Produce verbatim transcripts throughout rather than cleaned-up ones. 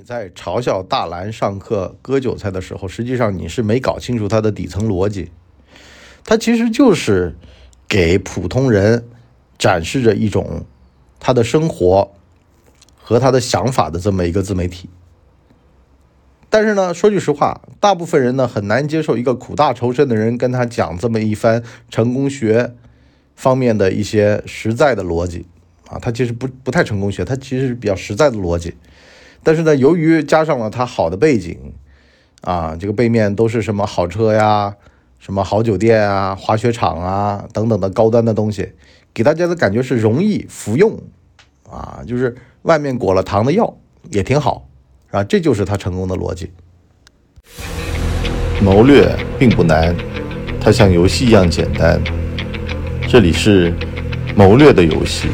在嘲笑大蓝上课割韭菜的时候，实际上你是没搞清楚它的底层逻辑。它其实就是给普通人展示着一种他的生活和他的想法的这么一个自媒体。但是呢，说句实话，大部分人呢很难接受一个苦大仇深的人跟他讲这么一番成功学方面的一些实在的逻辑啊，他其实不不太成功学，他其实是比较实在的逻辑。但是呢，由于加上了他好的背景啊，这个背面都是什么好车呀、什么好酒店啊、滑雪场啊等等的高端的东西，给大家的感觉是容易服用啊，就是外面裹了糖的药也挺好啊，这就是他成功的逻辑。 谋略并不难，它像游戏一样简单。这里是谋略的游戏。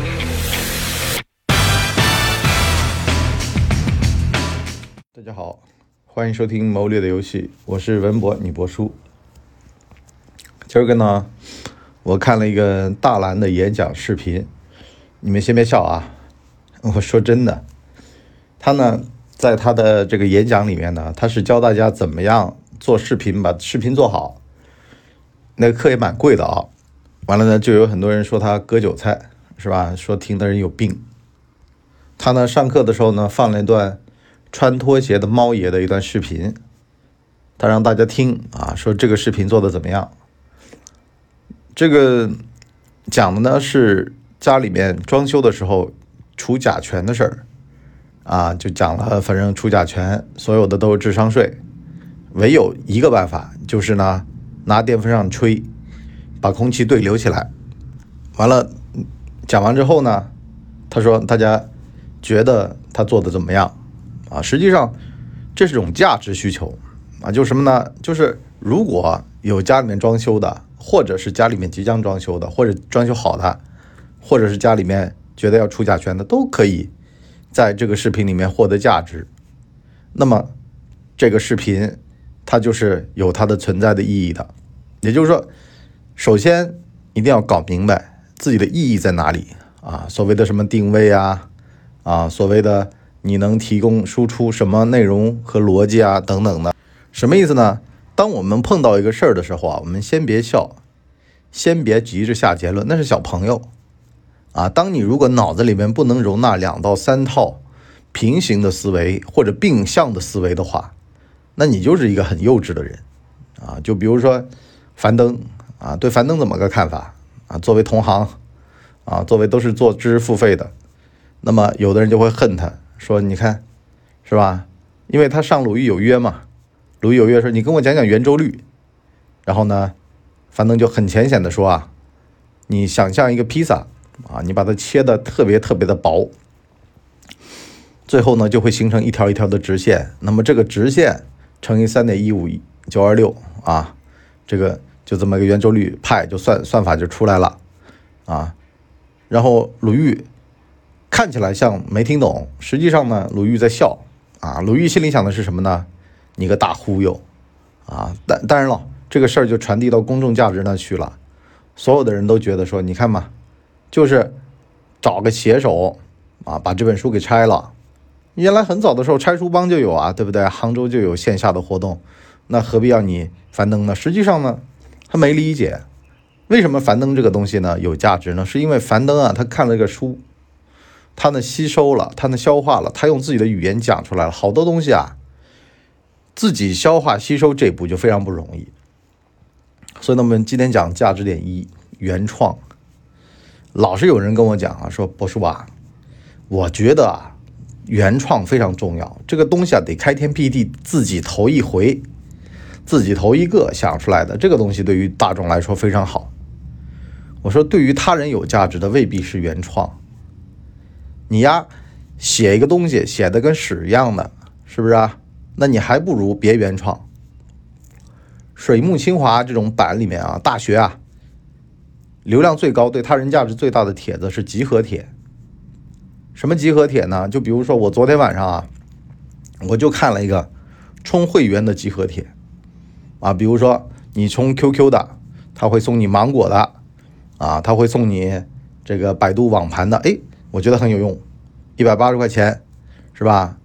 大家好，欢迎收听谋略的游戏，我是文博，你博叔。今儿个呢，我看了一个大蓝的演讲视频，你们先别笑啊，我说真的，他呢在他的这个演讲里面呢，他是教大家怎么样做视频，把视频做好。那个课也蛮贵的啊。完了呢，就有很多人说他割韭菜，是吧？说听的人有病。他呢上课的时候呢，放了一段穿拖鞋的猫爷的一段视频，他让大家听啊，说这个视频做的怎么样。这个讲的呢是家里面装修的时候除甲醛的事儿啊，就讲了，反正除甲醛所有的都是智商税，唯有一个办法，就是呢拿电风扇吹，把空气对流起来。完了讲完之后呢，他说大家觉得他做的怎么样啊？实际上这是种价值需求啊，就是什么呢？就是如果有家里面装修的，或者是家里面即将装修的，或者装修好的，或者是家里面觉得要除甲醛的，都可以在这个视频里面获得价值。那么这个视频它就是有它的存在的意义的。也就是说，首先一定要搞明白自己的意义在哪里啊，所谓的什么定位啊啊，所谓的你能提供输出什么内容和逻辑啊等等的。什么意思呢？当我们碰到一个事儿的时候啊，我们先别笑，先别急着下结论，那是小朋友啊。当你如果脑子里面不能容纳两到三套平行的思维或者并向的思维的话，那你就是一个很幼稚的人啊。就比如说樊登啊，对樊登怎么个看法啊？作为同行啊，作为都是做知识付费的，那么有的人就会恨他，说你看是吧？因为他上鲁豫有约嘛，鲁豫有约说你跟我讲讲圆周率，然后呢，樊登就很浅显的说啊，你想象一个披萨啊，你把它切的特别特别的薄，最后呢就会形成一条一条的直线，那么这个直线乘以 三点一五九二六 啊，这个就这么一个圆周率派就算算法就出来了啊。然后鲁豫看起来像没听懂，实际上呢鲁豫在笑啊。鲁豫心里想的是什么呢？你个大忽悠啊！但当然了，这个事儿就传递到公众价值那去了，所有的人都觉得说，你看嘛，就是找个写手啊，把这本书给拆了。原来很早的时候拆书帮就有啊，对不对？杭州就有线下的活动，那何必要你樊登呢？实际上呢，他没理解为什么樊登这个东西呢有价值呢？是因为樊登啊，他看了这个书，他呢吸收了，他呢消化了，他用自己的语言讲出来了，好多东西啊，自己消化吸收这步就非常不容易。所以呢，我们今天讲价值点一，原创。老是有人跟我讲啊，说博叔啊，我觉得啊，原创非常重要，这个东西啊得开天辟地，自己头一回，自己头一个想出来的，这个东西对于大众来说非常好。我说对于他人有价值的未必是原创，你呀写一个东西写的跟屎一样的，是不是啊？那你还不如别原创。水木清华这种版里面啊，大学啊流量最高对他人价值最大的帖子是集合帖。什么集合帖呢？就比如说我昨天晚上啊，我就看了一个充会员的集合帖啊，比如说你充 Q Q 的，他会送你芒果的啊，他会送你这个百度网盘的，哎，我觉得很有用，一百八十块钱是吧？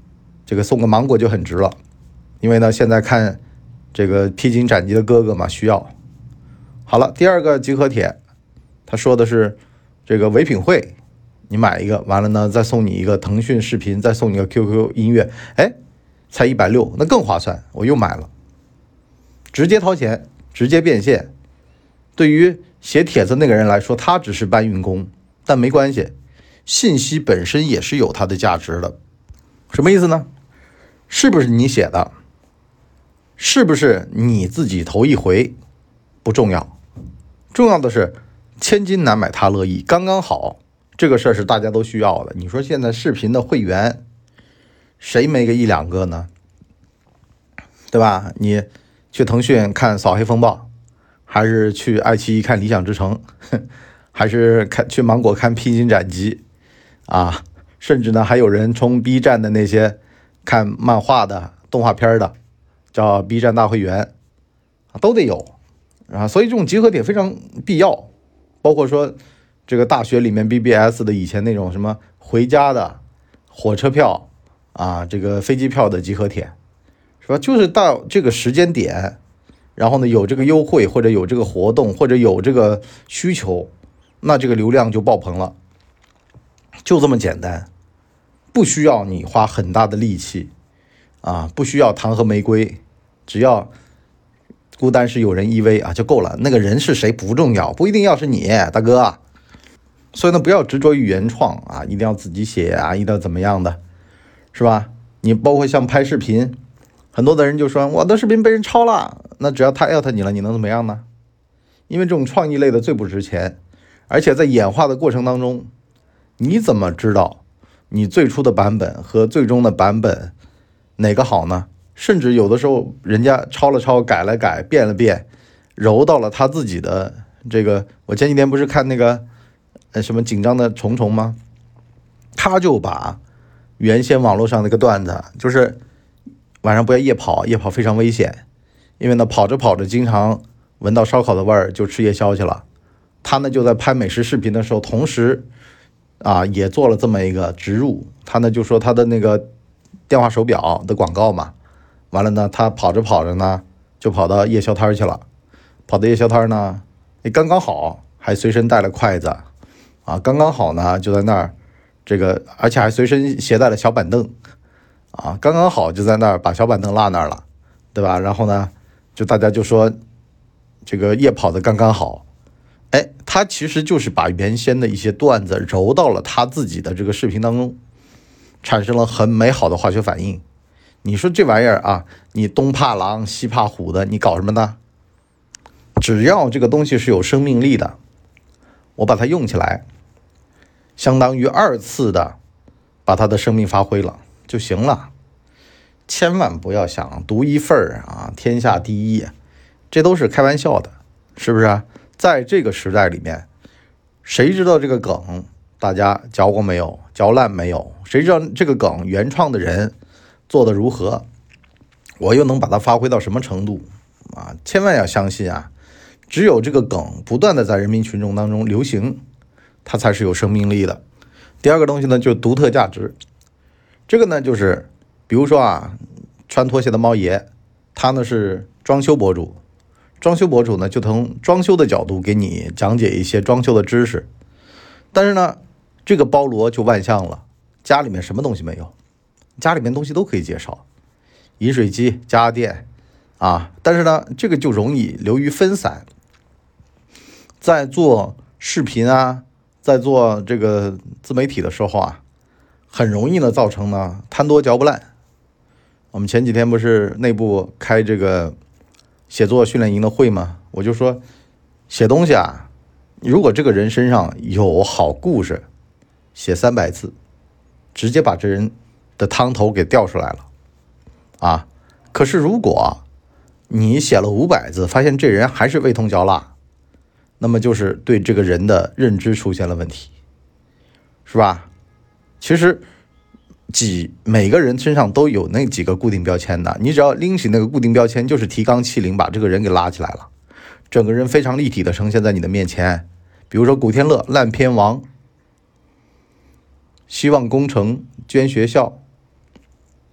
这个送个芒果就很值了。因为呢，现在看这个披荆斩棘的哥哥嘛，需要。好了，第二个集合帖，他说的是这个唯品会，你买一个，完了呢再送你一个腾讯视频，再送你一个 Q Q 音乐，哎，才一百六十，那更划算，我又买了，直接掏钱，直接变现。对于写帖子那个人来说，他只是搬运工，但没关系，信息本身也是有它的价值的。什么意思呢？是不是你写的，是不是你自己头一回不重要，重要的是千金难买他乐意，刚刚好，这个事儿是大家都需要的。你说现在视频的会员谁没个一两个呢？对吧？你去腾讯看扫黑风暴，还是去爱奇艺看理想之城，还是看去芒果看披荆斩棘啊？甚至呢还有人充 B 站的那些看漫画的动画片的，叫 B 站大会员，都得有啊。所以这种集合帖非常必要。包括说这个大学里面 B B S 的以前那种什么回家的火车票啊，这个飞机票的集合帖，是吧？就是到这个时间点，然后呢有这个优惠，或者有这个活动，或者有这个需求，那这个流量就爆棚了，就这么简单，不需要你花很大的力气啊，不需要糖和玫瑰，只要孤单是有人依偎啊就够了。那个人是谁不重要，不一定要是你大哥啊。所以呢，不要执着于原创啊，一定要自己写啊，一定要怎么样的，是吧？你包括像拍视频，很多的人就说我的视频被人抄了，那只要他艾特你了，你能怎么样呢？因为这种创意类的最不值钱，而且在演化的过程当中，你怎么知道你最初的版本和最终的版本哪个好呢？甚至有的时候人家抄了抄，改了改，变了变，揉到了他自己的这个。我前几天不是看那个呃什么紧张的虫虫吗？他就把原先网络上那个段子，就是晚上不要夜跑，夜跑非常危险，因为呢跑着跑着经常闻到烧烤的味儿，就吃夜宵去了。他呢就在拍美食视频的时候，同时啊也做了这么一个植入。他呢就说他的那个电话手表的广告嘛，完了呢他跑着跑着呢就跑到夜宵摊去了，跑到夜宵摊呢，哎刚刚好还随身带了筷子啊，刚刚好呢就在那儿这个，而且还随身携带了小板凳啊，刚刚好就在那儿把小板凳落那儿了，对吧？然后呢就大家就说这个夜跑的刚刚好。哎，他其实就是把原先的一些段子揉到了他自己的这个视频当中，产生了很美好的化学反应。你说这玩意儿啊，你东怕狼西怕虎的，你搞什么呢？只要这个东西是有生命力的，我把它用起来，相当于二次的把它的生命发挥了就行了。千万不要想独一份儿啊，天下第一，这都是开玩笑的，是不是啊？在这个时代里面，谁知道这个梗大家嚼过没有，嚼烂没有？谁知道这个梗原创的人做的如何，我又能把它发挥到什么程度啊？千万要相信啊，只有这个梗不断的在人民群众当中流行，它才是有生命力的。第二个东西呢，就是独特价值。这个呢，就是比如说啊，穿拖鞋的猫爷，他呢是装修博主，装修博主呢就从装修的角度给你讲解一些装修的知识。但是呢，这个包罗就万象了，家里面什么东西没有？家里面东西都可以介绍，饮水机、家电啊。但是呢，这个就容易流于分散，在做视频啊，在做这个自媒体的时候啊，很容易呢造成呢贪多嚼不烂。我们前几天不是内部开这个写作训练营的会吗？我就说写东西啊，如果这个人身上有好故事，写三百字，直接把这人的汤头给调出来了啊。可是如果你写了五百字，发现这人还是味同嚼蜡，那么就是对这个人的认知出现了问题，是吧？其实几每个人身上都有那几个固定标签的，你只要拎起那个固定标签，就是提纲挈领把这个人给拉起来了，整个人非常立体的呈现在你的面前。比如说古天乐烂片王，希望工程捐学校，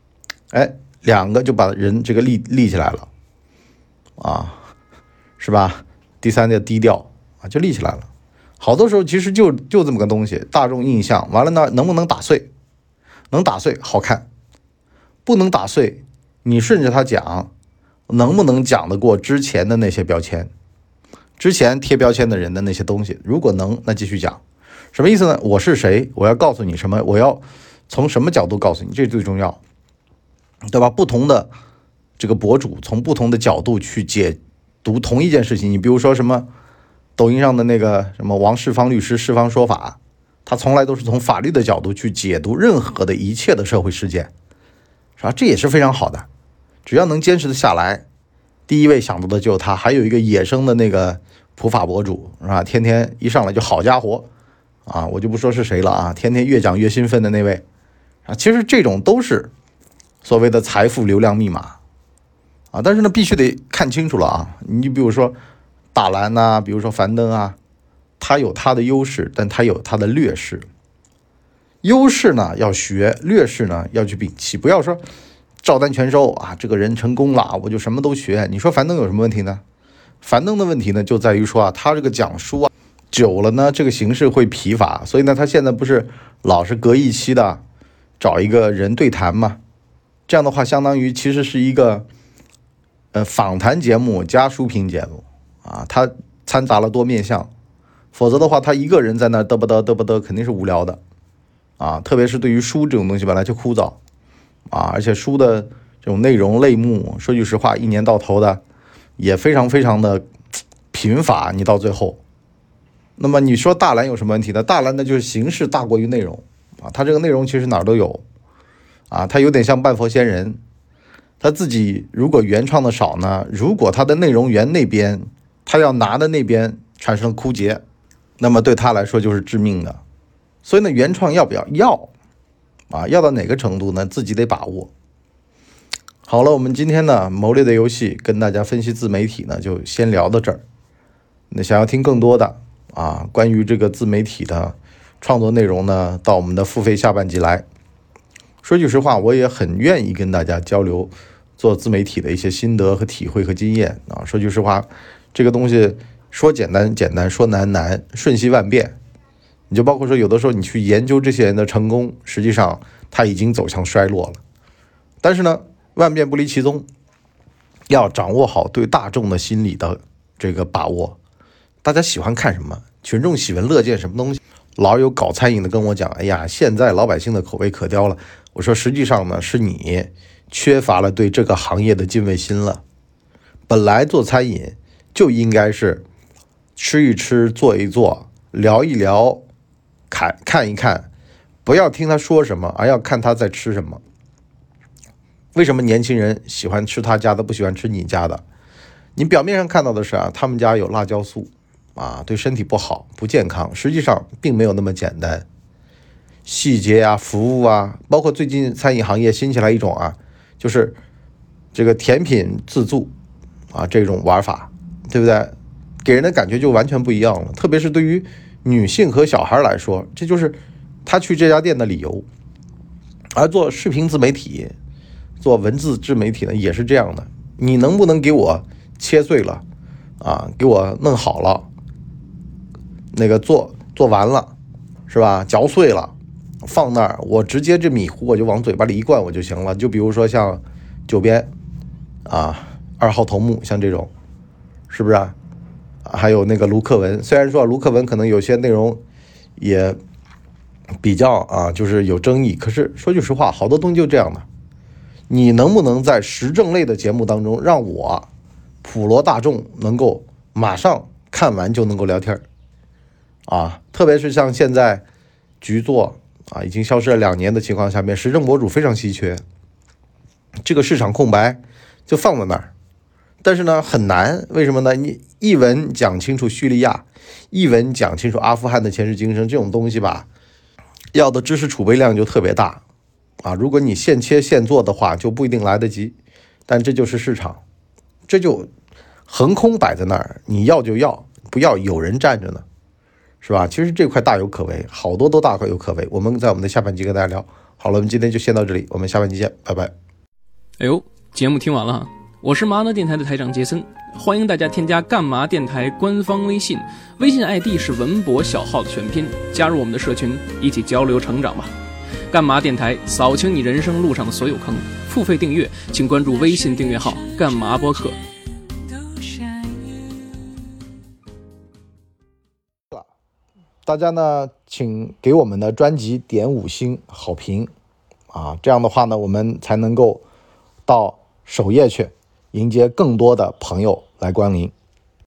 哎，两个就把人这个立立起来了啊，是吧？第三个低调啊，就立起来了。好多时候其实就就这么个东西，大众印象完了呢，能不能打碎？能打碎好看，不能打碎，你顺着他讲，能不能讲得过之前的那些标签？之前贴标签的人的那些东西，如果能，那继续讲。什么意思呢？我是谁？我要告诉你什么？我要从什么角度告诉你？这最重要，对吧？不同的这个博主从不同的角度去解读同一件事情。你比如说什么抖音上的那个什么王世芳律师释放说法，他从来都是从法律的角度去解读任何的一切的社会事件，是吧？这也是非常好的，只要能坚持的下来。第一位想到的就是他，还有一个野生的那个普法博主，是吧？天天一上来就好家伙啊，我就不说是谁了啊，天天越讲越兴奋的那位啊，其实这种都是所谓的财富流量密码啊，但是呢，必须得看清楚了啊。你比如说大蓝呐、啊，比如说樊登啊，他有他的优势，但他有他的劣势。优势呢要学，劣势呢要去摒弃，不要说照单全收啊，这个人成功了，我就什么都学。你说樊登有什么问题呢？樊登的问题呢，就在于说啊，他这个讲书啊，久了呢，这个形式会疲乏，所以呢，他现在不是老是隔一期的找一个人对谈嘛？这样的话，相当于其实是一个呃访谈节目加书评节目啊，他掺杂了多面向，否则的话，他一个人在那嘚不嘚嘚不嘚，肯定是无聊的啊。特别是对于书这种东西本来就枯燥啊，而且书的这种内容类目，说句实话，一年到头的也非常非常的贫乏。你到最后，那么你说大蓝有什么问题呢？大蓝呢就是形式大过于内容啊，他这个内容其实哪儿都有啊，他有点像半佛仙人，他自己如果原创的少呢，如果他的内容源那边他要拿的那边产生枯竭，那么对他来说就是致命的。所以呢，原创要不要？要啊，要到哪个程度呢？自己得把握。好了，我们今天呢谋略的游戏跟大家分析自媒体呢，就先聊到这儿。那想要听更多的啊关于这个自媒体的创作内容呢，到我们的付费下半集来。说句实话，我也很愿意跟大家交流做自媒体的一些心得和体会和经验啊。说句实话，这个东西说简单简单，说难难，瞬息万变。你就包括说，有的时候你去研究这些人的成功，实际上他已经走向衰落了。但是呢，万变不离其宗，要掌握好对大众的心理的这个把握。大家喜欢看什么？群众喜闻乐见什么东西？老有搞餐饮的跟我讲，哎呀，现在老百姓的口味可刁了。我说，实际上呢，是你缺乏了对这个行业的敬畏心了。本来做餐饮就应该是吃一吃，做一做，聊一聊，看看一看，不要听他说什么，而要看他在吃什么。为什么年轻人喜欢吃他家的，不喜欢吃你家的？你表面上看到的是啊，他们家有辣椒素啊，对身体不好，不健康，实际上并没有那么简单。细节啊，服务啊，包括最近餐饮行业兴起来一种啊，就是这个甜品自助啊，这种玩法，对不对？给人的感觉就完全不一样了。特别是对于女性和小孩来说，这就是他去这家店的理由。而做视频自媒体，做文字自媒体呢，也是这样的。你能不能给我切碎了啊，给我弄好了，那个做做完了，是吧？嚼碎了，放那儿，我直接这米糊我就往嘴巴里一灌我就行了。就比如说像九边啊，二号头目，像这种，是不是啊？还有那个卢克文，虽然说卢克文可能有些内容也比较啊，就是有争议，可是说句实话，好多东西就这样的。你能不能在时政类的节目当中，让我普罗大众能够马上看完就能够聊天啊？特别是像现在局座啊已经消失了两年的情况下面，时政博主非常稀缺，这个市场空白就放在那儿。但是呢很难，为什么呢？你一文讲清楚叙利亚，一文讲清楚阿富汗的前世今生，这种东西吧，要的知识储备量就特别大啊。如果你现切现做的话，就不一定来得及。但这就是市场，这就横空摆在那儿，你要就要，不要有人站着呢，是吧？其实这块大有可为，好多都大有可为。我们在我们的下半集跟大家聊。好了，我们今天就先到这里，我们下半集见，拜拜。 哎呦，节目听完了哈，我是麻辣电台的台长杰森，欢迎大家添加干嘛电台官方微信，微信 I D 是文博小号的全拼，加入我们的社群，一起交流成长吧。干嘛电台扫清你人生路上的所有坑，付费订阅请关注微信订阅号干嘛播客。 大家呢，请给我们的专辑点五星好评啊，这样的话呢，我们才能够到首页去迎接更多的朋友来光临。